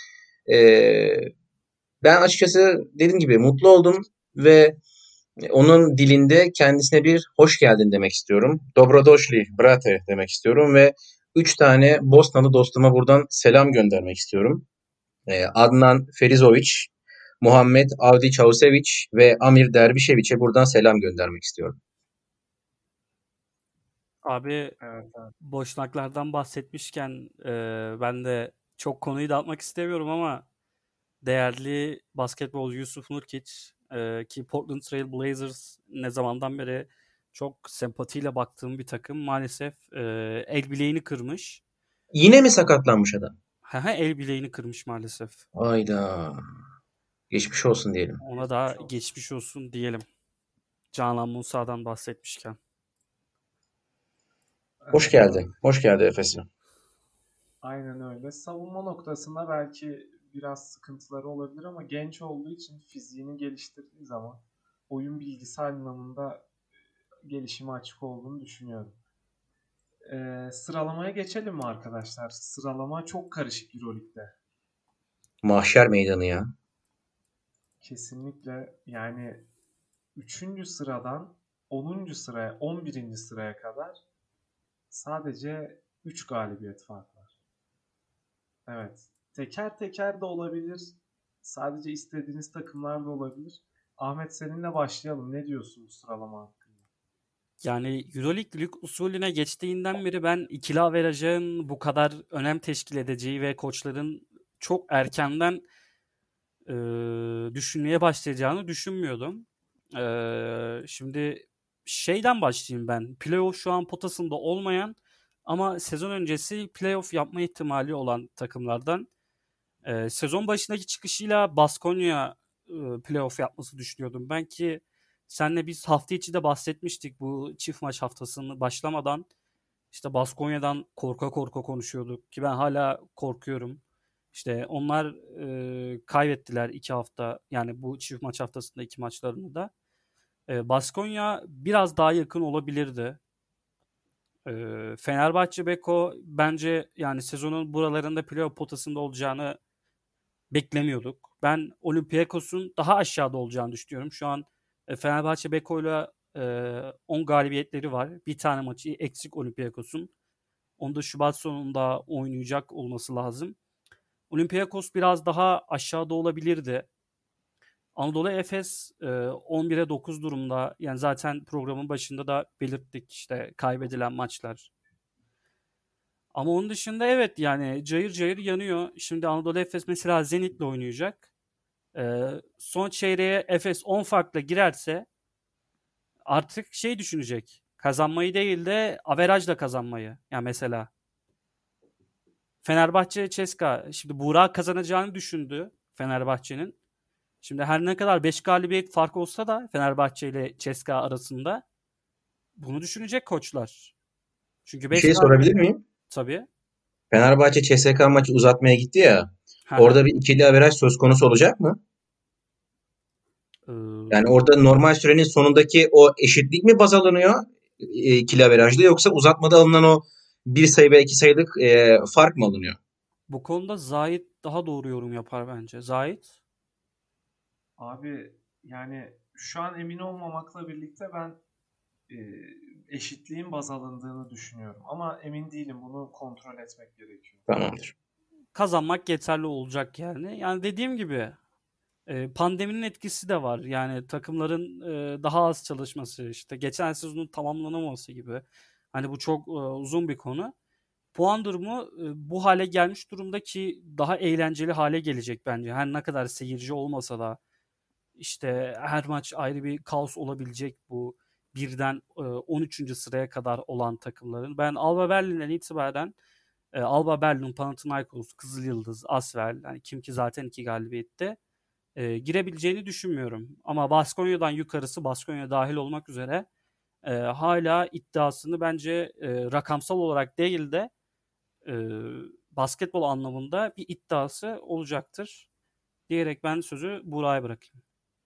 Ben açıkçası dediğim gibi mutlu oldum ve onun dilinde kendisine bir hoş geldin demek istiyorum. Dobrodošli, brate demek istiyorum ve 3 tane Bosnalı dostuma buradan selam göndermek istiyorum. Adnan Ferizovic, Muhammed Avdi Çavusevic ve Amir Dervişeviç'e buradan selam göndermek istiyorum. Abi Evet, evet. Boşnaklardan bahsetmişken ben de çok konuyu dağıtmak istemiyorum ama değerli basketbolcu Yusuf Nurkic ki Portland Trail Blazers ne zamandan beri çok sempatiyle baktığım bir takım maalesef el bileğini kırmış. Yine mi sakatlanmış adam? El bileğini kırmış maalesef. Hayda. Geçmiş olsun diyelim. Ona da Geçmiş olsun. geçmiş olsun diyelim. Canan Musa'dan bahsetmişken. Hoş Evet geldi. abi. Hoş geldi Efes'e. Aynen öyle. Savunma noktasında belki biraz sıkıntıları olabilir ama genç olduğu için fiziğini geliştirdiği zaman oyun bilgisi anlamında gelişime açık olduğunu düşünüyorum. Sıralamaya geçelim mi arkadaşlar? Sıralama çok karışık Euroleague'de. Mahşer meydanı ya. Kesinlikle yani üçüncü sıradan onuncu sıraya, 11. sıraya kadar sadece 3 galibiyet fark var. Evet. Teker teker de olabilir. Sadece istediğiniz takımlar da olabilir. Ahmet seninle başlayalım. Ne diyorsun bu sıralama hakkında? Yani Euroleague lig usulüne geçtiğinden beri ben ikili averajın bu kadar önem teşkil edeceği ve koçların çok erkenden düşünmeye başlayacağını düşünmüyordum. Şimdi şeyden başlayayım ben. Playoff şu an potasında olmayan ama sezon öncesi playoff yapma ihtimali olan takımlardan. Sezon başındaki çıkışıyla Baskonya playoff yapması düşünüyordum. Ben ki senle biz hafta içi de bahsetmiştik bu çift maç haftasını başlamadan. İşte Baskonya'dan korka korka konuşuyorduk ki ben hala korkuyorum. İşte onlar kaybettiler 2 hafta yani bu çift maç haftasında 2 maçlarını da. Baskonya biraz daha yakın olabilirdi. Fenerbahçe Beko bence yani sezonun buralarında playoff potasında olacağını beklemiyorduk. Ben Olympiakos'un daha aşağıda olacağını düşünüyorum. Şu an Fenerbahçe Beko'yla 10 galibiyetleri var. Bir tane maçı eksik Olympiakos'un. Onu da Şubat sonunda oynayacak olması lazım. Olympiakos biraz daha aşağıda olabilirdi. Anadolu Efes 11'e 9 durumda. Yani zaten programın başında da belirttik işte kaybedilen maçlar. Ama onun dışında evet yani cayır cayır yanıyor. Şimdi Anadolu Efes mesela Zenit'le oynayacak. Son çeyreğe Efes 10 farkla girerse artık şey düşünecek. Kazanmayı değil de averajla kazanmayı. Yani mesela Fenerbahçe CSKA şimdi Burak kazanacağını düşündü Fenerbahçe'nin. Şimdi her ne kadar 5 galibiyet fark olsa da Fenerbahçe ile CSKA arasında bunu düşünecek koçlar. Çünkü Bir 5 şey galibiyet sorabilir miyim? tabii. Fenerbahçe CSKA maçı uzatmaya gitti ya. Hı hı. Orada bir ikili averaj söz konusu olacak mı? Yani Ee, orada normal sürenin sonundaki o eşitlik mi baz alınıyor ikili averajda, yoksa uzatmada alınan o bir sayı ve iki sayılık fark mı alınıyor? Bu konuda Zahit daha doğru yorum yapar bence. Zahit. Abi yani şu an emin olmamakla birlikte ben e, eşitliğin baz alındığını düşünüyorum. Ama emin değilim. Bunu kontrol etmek gerekiyor. Tamamdır. Kazanmak yeterli olacak yani. Yani dediğim gibi pandeminin etkisi de var. Yani takımların daha az çalışması, işte geçen sezonun tamamlanamaması gibi. Hani bu çok uzun bir konu. Puan durumu bu hale gelmiş durumda ki daha eğlenceli hale gelecek bence. Her ne kadar seyirci olmasa da işte her maç ayrı bir kaos olabilecek bu birden 13. sıraya kadar olan takımların. Ben Alba Berlin'den itibaren Alba Berlin, Panathinaikos, Kızılyıldız, Asvel, yani kim ki zaten 2 galibiyette girebileceğini düşünmüyorum. Ama Baskonya'dan yukarısı, Baskonya dahil olmak üzere hala iddiasını bence rakamsal olarak değil de e, basketbol anlamında bir iddiası olacaktır diyerek ben sözü Burak'a bırakayım.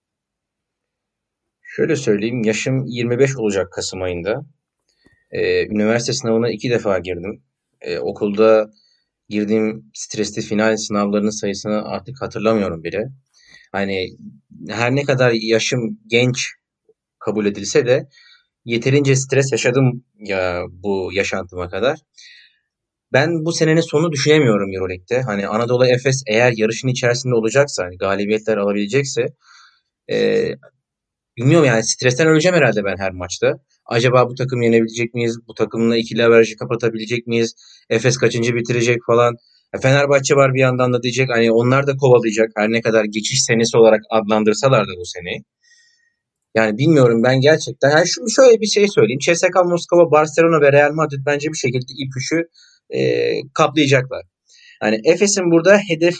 Şöyle söyleyeyim, yaşım 25 olacak Kasım ayında. Üniversite sınavına 2 defa girdim. Okulda girdiğim stresli final sınavlarının sayısını artık hatırlamıyorum bile. Hani her ne kadar yaşım genç kabul edilse de yeterince stres yaşadım ya bu yaşantıma kadar. Ben bu senenin sonunu düşünemiyorum Euroleague'de. Hani Anadolu Efes eğer yarışın içerisinde olacaksa, hani galibiyetler alabilecekse, e, Bilmiyorum yani stresten öleceğim herhalde ben her maçta. Acaba bu takım yenebilecek miyiz? Bu takımla ikili averajı kapatabilecek miyiz? Efes kaçıncı bitirecek falan. Fenerbahçe var bir yandan da diyecek hani onlar da kovalayacak. Her ne kadar geçiş senesi olarak adlandırsalar da bu seneyi. Yani bilmiyorum ben gerçekten. Yani şöyle bir şey söyleyeyim. CSKA Moskova, Barcelona ve Real Madrid bence bir şekilde ilk üçü kaplayacaklar. Hani Efes'in burada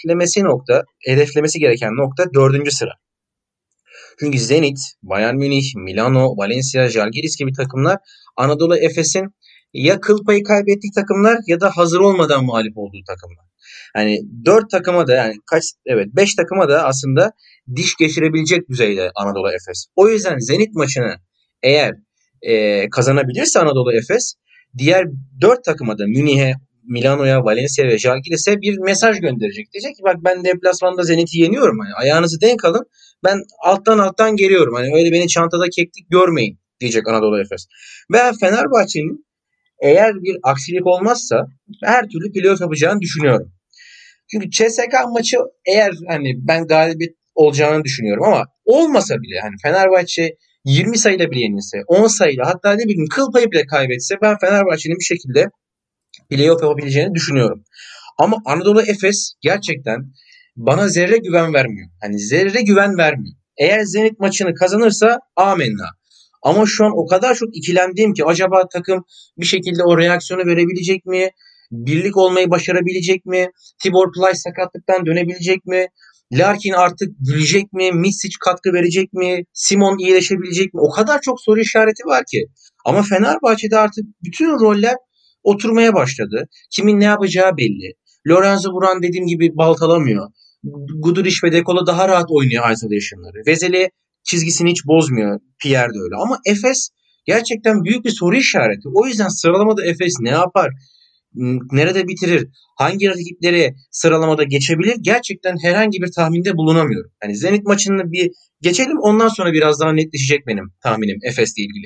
hedeflemesi gereken nokta dördüncü sıra. Çünkü Zenit, Bayern Münih, Milano, Valencia, Žalgiris gibi takımlar Anadolu Efes'in ya kıl payı kaybettiği takımlar ya da hazır olmadan mağlup olduğu takımlar. Hani 4 takıma da yani evet 5 takıma da aslında diş geçirebilecek düzeyde Anadolu Efes. O yüzden Zenit maçını eğer kazanabilirse Anadolu Efes diğer 4 takıma da Münih'e, Milano'ya, Valencia ve Žalgiris'e bir mesaj gönderecek. Diyecek ki bak ben deplasmanda Zenit'i yeniyorum. Hani ayağınızı denk alın. Ben alttan geliyorum. Hani öyle beni çantada keklik görmeyin diyecek Anadolu Efes. Ve Fenerbahçe'nin eğer bir aksilik olmazsa her türlü playoff yapacağını düşünüyorum. Çünkü CSKA maçı eğer hani ben galibiyet olacağını düşünüyorum ama olmasa bile hani Fenerbahçe 20 sayıyla bile yenilse 10 sayıyla hatta ne bileyim kıl payı bile kaybetse ben Fenerbahçe'nin bir şekilde playoff yapabileceğini düşünüyorum. Ama Anadolu Efes gerçekten bana zerre güven vermiyor. Hani zerre güven vermiyor. Eğer Zenit maçını kazanırsa amenna. Ama şu an o kadar çok ikilemdeyim ki acaba takım bir şekilde o reaksiyonu verebilecek mi? Birlik olmayı başarabilecek mi? Tibor Plyce sakatlıktan dönebilecek mi? Larkin artık gülecek mi? Misic katkı verecek mi? Simon iyileşebilecek mi? O kadar çok soru işareti var ki. Ama Fenerbahçe'de artık bütün roller oturmaya başladı. Kimin ne yapacağı belli. Lorenzo Buran dediğim gibi baltalamıyor. Guduric ve Dekolo daha rahat oynuyor isolation'ları. Vezeli çizgisini hiç bozmuyor. Pierre de öyle. Ama Efes gerçekten büyük bir soru işareti. O yüzden sıralamada Efes ne yapar? Nerede bitirir? Hangi rakipleri sıralamada geçebilir? Gerçekten herhangi bir tahminde bulunamıyorum. Yani Zenit maçını bir geçelim ondan sonra biraz daha netleşecek benim tahminim Efes'le ilgili.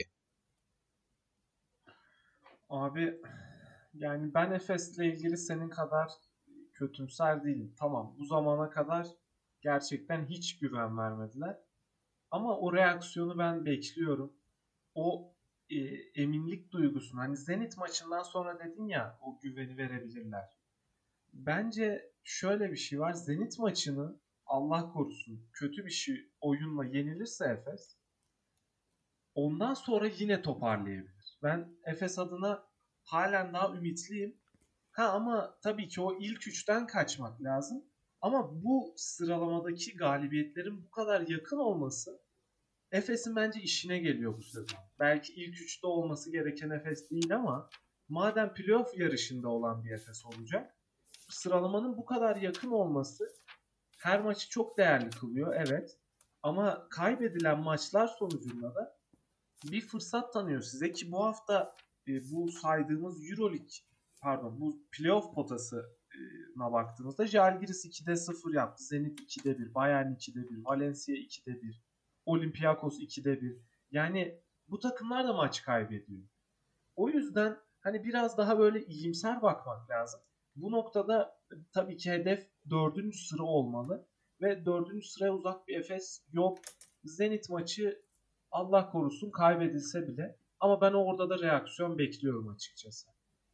Abi yani ben Efes'le ilgili senin kadar kötümser değilim. Tamam, bu zamana kadar gerçekten hiç güven vermediler. Ama o reaksiyonu ben bekliyorum. O e, eminlik duygusunu hani Zenit maçından sonra dedin ya o güveni verebilirler. Bence şöyle bir şey var. Zenit maçını Allah korusun kötü bir şey oyunla yenilirse Efes ondan sonra yine toparlayabilir. Ben Efes adına halen daha ümitliyim. Ha ama tabii ki o ilk üçten kaçmak lazım. Ama bu sıralamadaki galibiyetlerin bu kadar yakın olması Efes'in bence işine geliyor bu sezon. Belki ilk üçte olması gereken Efes değil ama madem playoff yarışında olan bir Efes olacak, sıralamanın bu kadar yakın olması her maçı çok değerli kılıyor, evet. Ama kaybedilen maçlar sonucunda da bir fırsat tanıyor size ki bu hafta bu saydığımız Euroleague pardon bu playoff potasına baktığımızda Žalgiris 2'de 0 yaptı. Zenit 2'de 1, Bayern 2'de 1, Valencia 2'de 1, Olympiakos 2'de 1. Yani bu takımlar da maç kaybediyor. O yüzden hani biraz daha böyle iyimser bakmak lazım. Bu noktada tabii ki hedef dördüncü sıra olmalı. Ve dördüncü sıraya uzak bir Efes yok. Zenit maçı Allah korusun kaybedilse bile. Ama ben orada da reaksiyon bekliyorum açıkçası.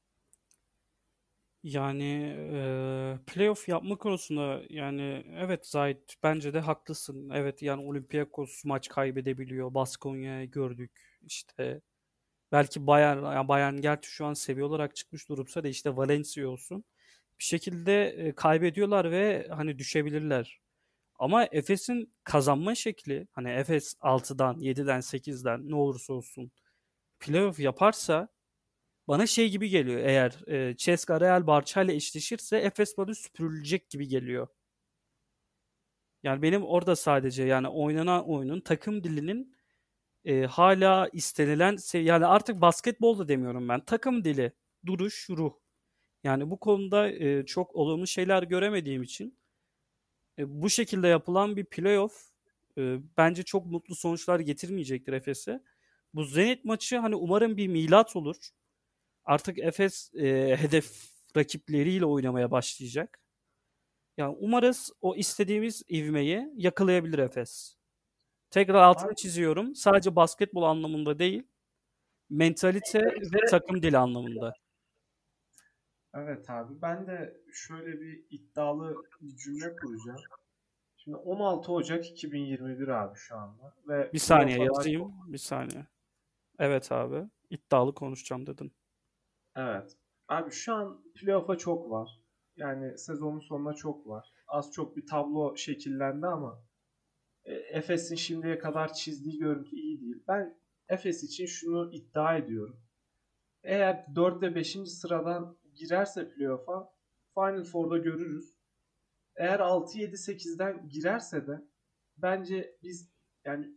Yani playoff yapma konusunda yani evet Zahit bence de haklısın. Evet yani Olympiakos maç kaybedebiliyor. Baskonya'yı gördük. İşte belki Bayern, yani Bayern gerçi şu an seviye olarak çıkmış durumsa da işte Valencia olsun. Bir şekilde kaybediyorlar ve hani düşebilirler. Ama Efes'in kazanma şekli hani Efes 6'dan, 7'den, 8'den ne olursa olsun playoff yaparsa bana şey gibi geliyor. Eğer CSKA Real Barça ile eşleşirse Efes bana süpürülecek gibi geliyor. Yani benim orada sadece yani oynanan oyunun takım dilinin hala istenilen yani artık basketbol da demiyorum ben. Takım dili, duruş, ruh. Yani bu konuda çok olumlu şeyler göremediğim için bu şekilde yapılan bir playoff bence çok mutlu sonuçlar getirmeyecektir Efes'e. Bu Zenit maçı hani umarım bir milat olur. Artık Efes hedef rakipleriyle oynamaya başlayacak. Yani umarız o istediğimiz ivmeyi yakalayabilir Efes. Tekrar altını Abi, çiziyorum. Sadece basketbol anlamında değil, mentalite ve takım dili anlamında. evet abi, ben de şöyle bir iddialı bir cümle kuracağım. Şimdi 16 Ocak 2021 abi şu anda ve Bir saniye playoff'a daha yazayım. çok. Bir saniye. Evet abi. İddialı konuşacağım dedin. Evet. Abi şu an playoff'a çok var. Yani sezonun sonuna çok var. Az çok bir tablo şekillendi ama Efes'in şimdiye kadar çizdiği görüntü iyi değil. Ben Efes için şunu iddia ediyorum. Eğer 4 ve 5. sıradan girerse playoff'a Final Four'da görürüz. Eğer 6-7-8'den girerse de bence biz yani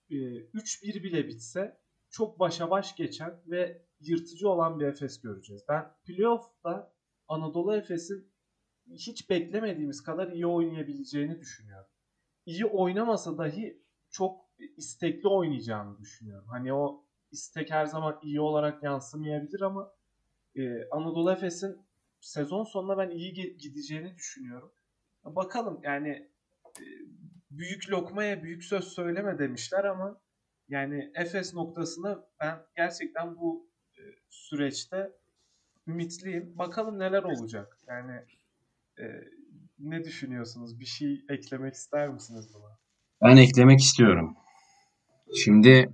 3-1 bile bitse çok başa baş geçen ve yırtıcı olan bir Efes göreceğiz. Ben playoff'ta Anadolu Efes'in hiç beklemediğimiz kadar iyi oynayabileceğini düşünüyorum. İyi oynamasa dahi çok istekli oynayacağını düşünüyorum. Hani o istek her zaman iyi olarak yansımayabilir ama Anadolu Efes'in sezon sonunda ben iyi gideceğini düşünüyorum. Bakalım yani, e, büyük lokmaya büyük söz söyleme demişler ama yani Efes noktasında ben gerçekten bu süreçte ümitliyim. Bakalım neler olacak. Yani e, ne düşünüyorsunuz? Bir şey eklemek ister misiniz buna? Ben eklemek istiyorum. Şimdi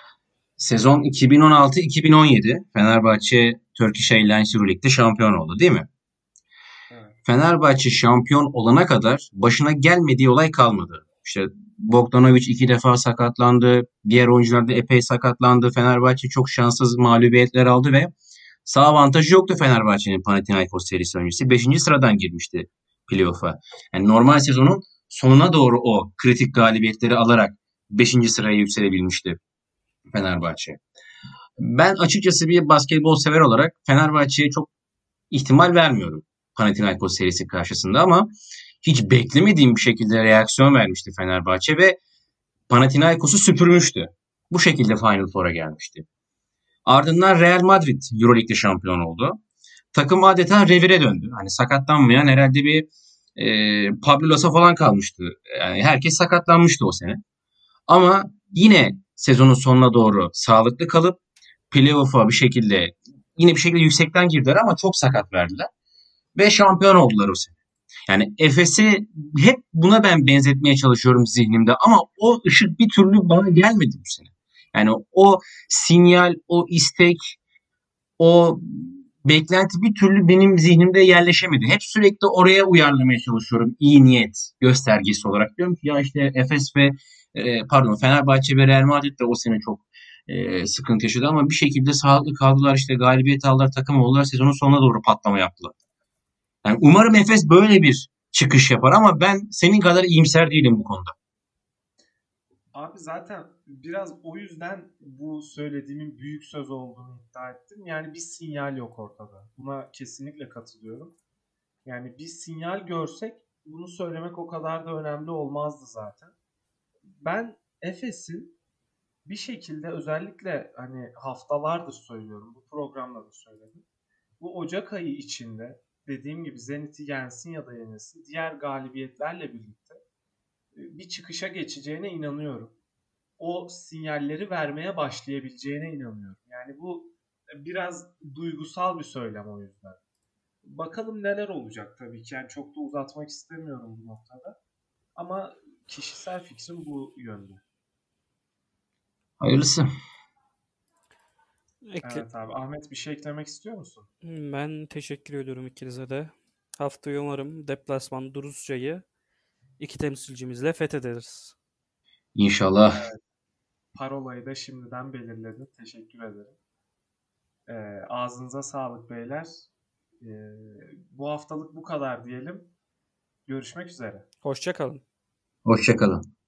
sezon 2016-2017 Fenerbahçe Turkish Airlines Euroleague'de şampiyon oldu değil mi? Evet. Fenerbahçe şampiyon olana kadar başına gelmediği olay kalmadı. İşte Bogdanovic 2 defa sakatlandı. Diğer oyuncular da epey sakatlandı. Fenerbahçe çok şanssız mağlubiyetler aldı ve sağ avantajı yoktu Fenerbahçe'nin Panathinaikos serisi öncesi. 5. sıradan girmişti playoff'a. Yani normal sezonun sonuna doğru o kritik galibiyetleri alarak 5. sıraya yükselebilmişti Fenerbahçe. Ben açıkçası bir basketbol sever olarak Fenerbahçe'ye çok ihtimal vermiyorum Panathinaikos serisi karşısında ama hiç beklemediğim bir şekilde reaksiyon vermişti Fenerbahçe ve Panathinaikos'u süpürmüştü. Bu şekilde Final Four'a gelmişti. Ardından Real Madrid Euroleague'de şampiyon oldu. Takım adeta revire döndü. Hani sakatlanmayan herhalde bir Pablo Lasa falan kalmıştı. Yani herkes sakatlanmıştı o sene. Ama yine sezonun sonuna doğru sağlıklı kalıp playoff'a bir şekilde yüksekten girdiler ama çok sakat verdiler. Ve şampiyon oldular o sene. Yani Efes'i hep buna ben benzetmeye çalışıyorum zihnimde ama o ışık bir türlü bana gelmedi bu sene. Yani o sinyal, o istek, o beklenti bir türlü benim zihnimde yerleşemedi. Hep sürekli oraya uyarlamaya çalışıyorum. İyi niyet göstergesi olarak. Diyorum ki ya işte Efes ve Fenerbahçe ve Real Madrid de o sene çok sıkıntı yaşadı ama bir şekilde sağlıklı kaldılar, işte galibiyet aldılar, takım oldular, sezonun sonuna doğru patlama yaptılar. Yani umarım Efes böyle bir çıkış yapar ama ben senin kadar iyimser değilim bu konuda. Abi zaten biraz o yüzden bu söylediğimin büyük söz olduğunu iddia ettim. Yani bir sinyal yok ortada. Buna kesinlikle katılıyorum. Yani bir sinyal görsek bunu söylemek o kadar da önemli olmazdı zaten. Ben Efes'in bir şekilde, özellikle hani haftalardır söylüyorum, bu programda da söyledim. Bu Ocak ayı içinde dediğim gibi Zenit'i yensin ya da yenilsin, diğer galibiyetlerle birlikte bir çıkışa geçeceğine inanıyorum. O sinyalleri vermeye başlayabileceğine inanıyorum. Yani bu biraz duygusal bir söylem o yüzden. Bakalım neler olacak tabii ki. Yani çok da uzatmak istemiyorum bu noktada. Ama kişisel fikrim bu yönde. Hayırlısı. Ekle Evet abi. Ahmet, bir şey eklemek istiyor musun? Ben teşekkür ediyorum ikinize de. Haftaya umarım deplasman Duruzca'yı iki temsilcimizle fethederiz. İnşallah. Evet. Parolayı da şimdiden belirledim. Teşekkür ederim. Ee, Ağzınıza sağlık beyler. Ee, Bu haftalık bu kadar diyelim. Görüşmek üzere. Hoşça kalın. Hoşça kalın.